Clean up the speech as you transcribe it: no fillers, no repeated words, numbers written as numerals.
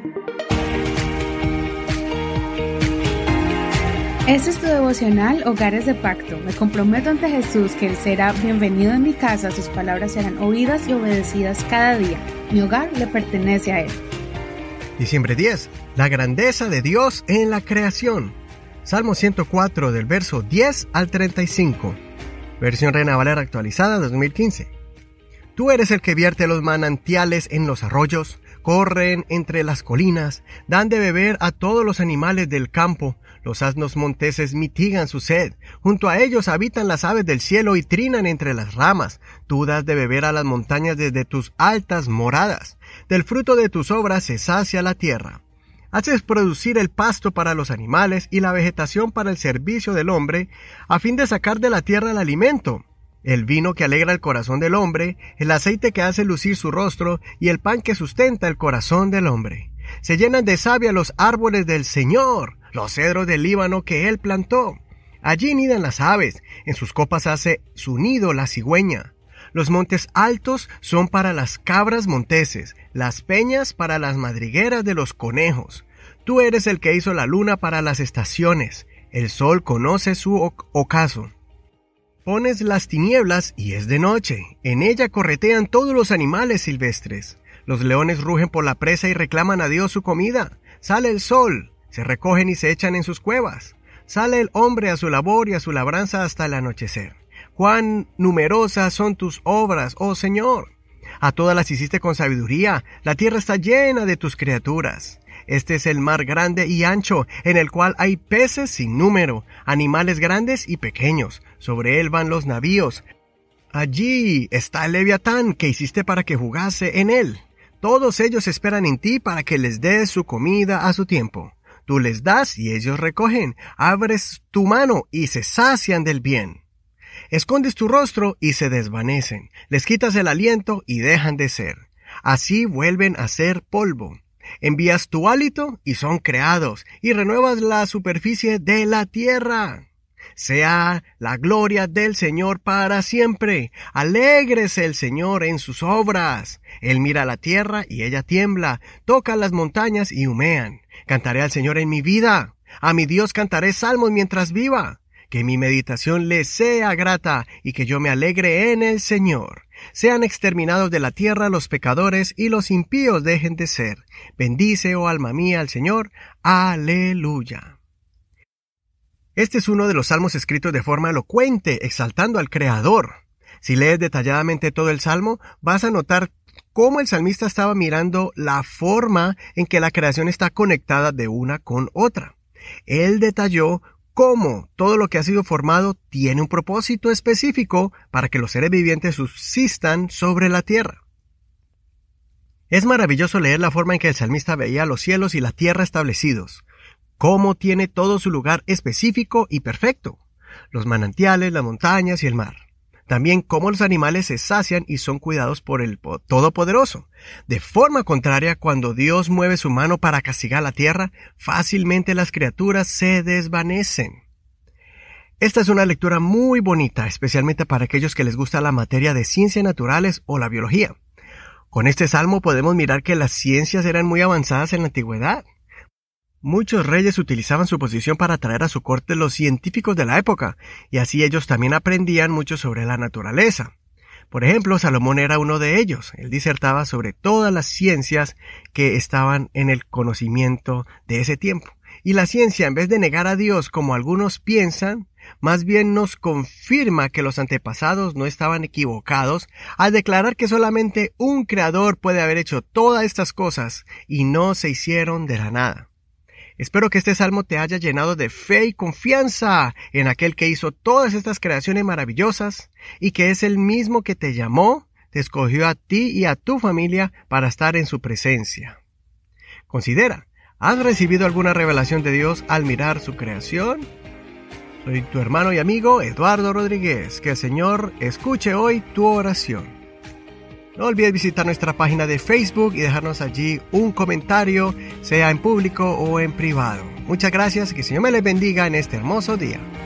Este es tu devocional Hogares de Pacto. Me comprometo ante Jesús que Él será bienvenido en mi casa, sus palabras serán oídas y obedecidas cada día. Mi hogar le pertenece a Él. Diciembre 10. La grandeza de Dios en la creación. Salmo 104 del verso 10 al 35. Versión Reina Valera actualizada 2015. Tú eres el que vierte los manantiales en los arroyos, corren entre las colinas, dan de beber a todos los animales del campo. Los asnos monteses mitigan su sed, junto a ellos habitan las aves del cielo y trinan entre las ramas. Tú das de beber a las montañas desde tus altas moradas. Del fruto de tus obras se sacia la tierra. Haces producir el pasto para los animales y la vegetación para el servicio del hombre, a fin de sacar de la tierra el alimento. El vino que alegra el corazón del hombre, el aceite que hace lucir su rostro y el pan que sustenta el corazón del hombre. Se llenan de savia los árboles del Señor, los cedros del Líbano que Él plantó. Allí nidan las aves, en sus copas hace su nido la cigüeña. Los montes altos son para las cabras monteses, las peñas para las madrigueras de los conejos. Tú eres el que hizo la luna para las estaciones, el sol conoce su ocaso. Pones las tinieblas y es de noche, en ella corretean todos los animales silvestres. Los leones rugen por la presa y reclaman a Dios su comida. Sale el sol, se recogen y se echan en sus cuevas. Sale el hombre a su labor y a su labranza hasta el anochecer. Cuán numerosas son tus obras, oh Señor. A todas las hiciste con sabiduría, la tierra está llena de tus criaturas. Este es el mar grande y ancho, en el cual hay peces sin número, animales grandes y pequeños. Sobre él van los navíos. Allí está el Leviatán que hiciste para que jugase en él. Todos ellos esperan en ti para que les des su comida a su tiempo. Tú les das y ellos recogen. Abres tu mano y se sacian del bien. Escondes tu rostro y se desvanecen. Les quitas el aliento y dejan de ser. Así vuelven a ser polvo. Envías tu hálito y son creados, y renuevas la superficie de la tierra. Sea la gloria del Señor para siempre. Alégrese el Señor en sus obras. Él mira la tierra y ella tiembla. Toca las montañas y humean. Cantaré al Señor en mi vida. A mi Dios cantaré salmos mientras viva. Que mi meditación le sea grata y que yo me alegre en el Señor. Sean exterminados de la tierra los pecadores y los impíos dejen de ser. Bendice, oh alma mía, al Señor. Aleluya. Este es uno de los salmos escritos de forma elocuente, exaltando al Creador. Si lees detalladamente todo el salmo, vas a notar cómo el salmista estaba mirando la forma en que la creación está conectada de una con otra. Él detalló cómo todo lo que ha sido formado tiene un propósito específico para que los seres vivientes subsistan sobre la tierra. Es maravilloso leer la forma en que el salmista veía los cielos y la tierra establecidos. Cómo tiene todo su lugar específico y perfecto. Los manantiales, las montañas y el mar. También cómo los animales se sacian y son cuidados por el Todopoderoso. De forma contraria, cuando Dios mueve su mano para castigar la tierra, fácilmente las criaturas se desvanecen. Esta es una lectura muy bonita, especialmente para aquellos que les gusta la materia de ciencias naturales o la biología. Con este salmo podemos mirar que las ciencias eran muy avanzadas en la antigüedad. Muchos reyes utilizaban su posición para atraer a su corte los científicos de la época, y así ellos también aprendían mucho sobre la naturaleza. Por ejemplo, Salomón era uno de ellos. Él disertaba sobre todas las ciencias que estaban en el conocimiento de ese tiempo. Y la ciencia, en vez de negar a Dios como algunos piensan, más bien nos confirma que los antepasados no estaban equivocados al declarar que solamente un creador puede haber hecho todas estas cosas y no se hicieron de la nada. Espero que este salmo te haya llenado de fe y confianza en aquel que hizo todas estas creaciones maravillosas y que es el mismo que te llamó, te escogió a ti y a tu familia para estar en su presencia. Considera, ¿has recibido alguna revelación de Dios al mirar su creación? Soy tu hermano y amigo Eduardo Rodríguez. Que el Señor escuche hoy tu oración. No olvides visitar nuestra página de Facebook y dejarnos allí un comentario, sea en público o en privado. Muchas gracias y que el Señor me les bendiga en este hermoso día.